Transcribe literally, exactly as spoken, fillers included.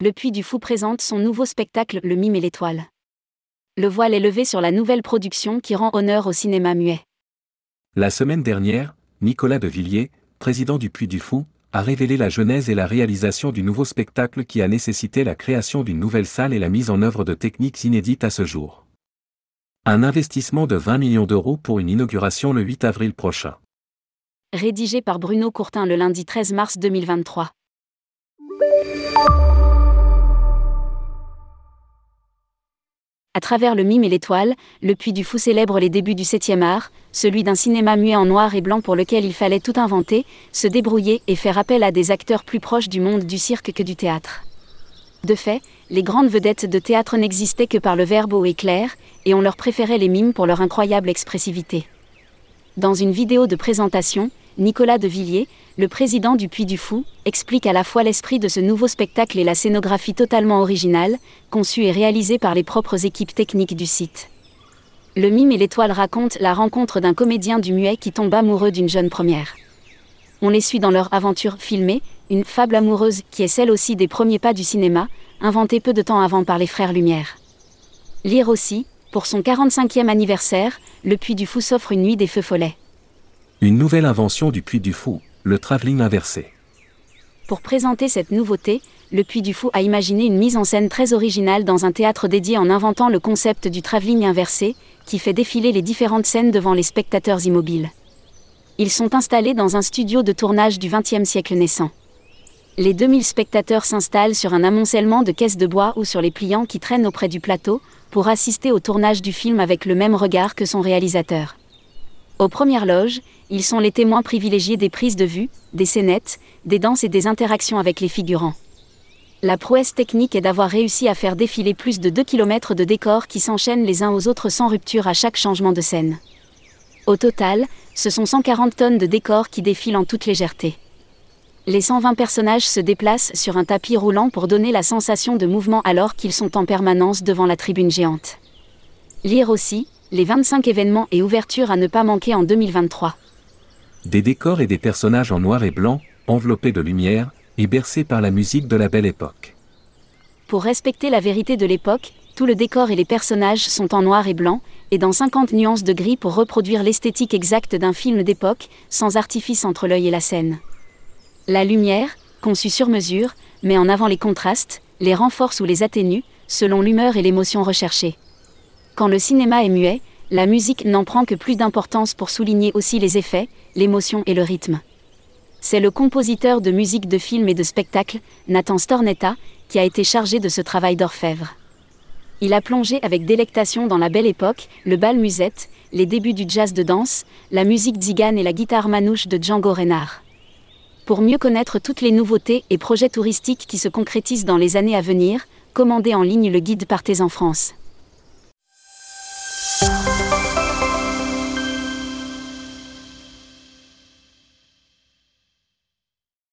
Le Puy du Fou présente son nouveau spectacle Le Mime et l'Étoile. Le voile est levé sur la nouvelle production qui rend honneur au cinéma muet. La semaine dernière, Nicolas de Villiers, président du Puy du Fou, a révélé la genèse et la réalisation du nouveau spectacle qui a nécessité la création d'une nouvelle salle et la mise en œuvre de techniques inédites à ce jour. Un investissement de vingt millions d'euros pour une inauguration le huit avril prochain. Rédigé par Bruno Courtin le lundi treize mars deux mille vingt-trois. À travers Le Mime et l'Étoile, le Puy du Fou célèbre les débuts du septième art, celui d'un cinéma muet en noir et blanc pour lequel il fallait tout inventer, se débrouiller et faire appel à des acteurs plus proches du monde du cirque que du théâtre. De fait, les grandes vedettes de théâtre n'existaient que par le verbe haut et clair, et on leur préférait les mimes pour leur incroyable expressivité. Dans une vidéo de présentation, Nicolas de Villiers, le président du Puy du Fou, explique à la fois l'esprit de ce nouveau spectacle et la scénographie totalement originale, conçue et réalisée par les propres équipes techniques du site. Le Mime et l'Étoile raconte la rencontre d'un comédien du muet qui tombe amoureux d'une jeune première. On les suit dans leur aventure filmée, une fable amoureuse qui est celle aussi des premiers pas du cinéma, inventée peu de temps avant par les frères Lumière. Lire aussi, pour son quarante-cinquième anniversaire, le Puy du Fou s'offre une nuit des feux follets. Une nouvelle invention du Puy du Fou, le travelling inversé. Pour présenter cette nouveauté, le Puy du Fou a imaginé une mise en scène très originale dans un théâtre dédié en inventant le concept du travelling inversé, qui fait défiler les différentes scènes devant les spectateurs immobiles. Ils sont installés dans un studio de tournage du vingtième siècle naissant. Les deux mille spectateurs s'installent sur un amoncellement de caisses de bois ou sur les pliants qui traînent auprès du plateau, pour assister au tournage du film avec le même regard que son réalisateur. Aux premières loges, ils sont les témoins privilégiés des prises de vue, des scénettes, des danses et des interactions avec les figurants. La prouesse technique est d'avoir réussi à faire défiler plus de deux kilomètres de décors qui s'enchaînent les uns aux autres sans rupture à chaque changement de scène. Au total, ce sont cent quarante tonnes de décors qui défilent en toute légèreté. Les cent vingt personnages se déplacent sur un tapis roulant pour donner la sensation de mouvement alors qu'ils sont en permanence devant la tribune géante. Lire aussi, les vingt-cinq événements et ouvertures à ne pas manquer en deux mille vingt-trois. Des décors et des personnages en noir et blanc, enveloppés de lumière, et bercés par la musique de la Belle Époque. Pour respecter la vérité de l'époque, tout le décor et les personnages sont en noir et blanc, et dans cinquante nuances de gris pour reproduire l'esthétique exacte d'un film d'époque, sans artifice entre l'œil et la scène. La lumière, conçue sur mesure, met en avant les contrastes, les renforce ou les atténue, selon l'humeur et l'émotion recherchée. Quand le cinéma est muet, la musique n'en prend que plus d'importance pour souligner aussi les effets, l'émotion et le rythme. C'est le compositeur de musique de film et de spectacle, Nathan Stornetta, qui a été chargé de ce travail d'orfèvre. Il a plongé avec délectation dans la Belle Époque, le bal musette, les débuts du jazz de danse, la musique tzigane et la guitare manouche de Django Reinhardt. Pour mieux connaître toutes les nouveautés et projets touristiques qui se concrétisent dans les années à venir, commandez en ligne le guide Partez en France.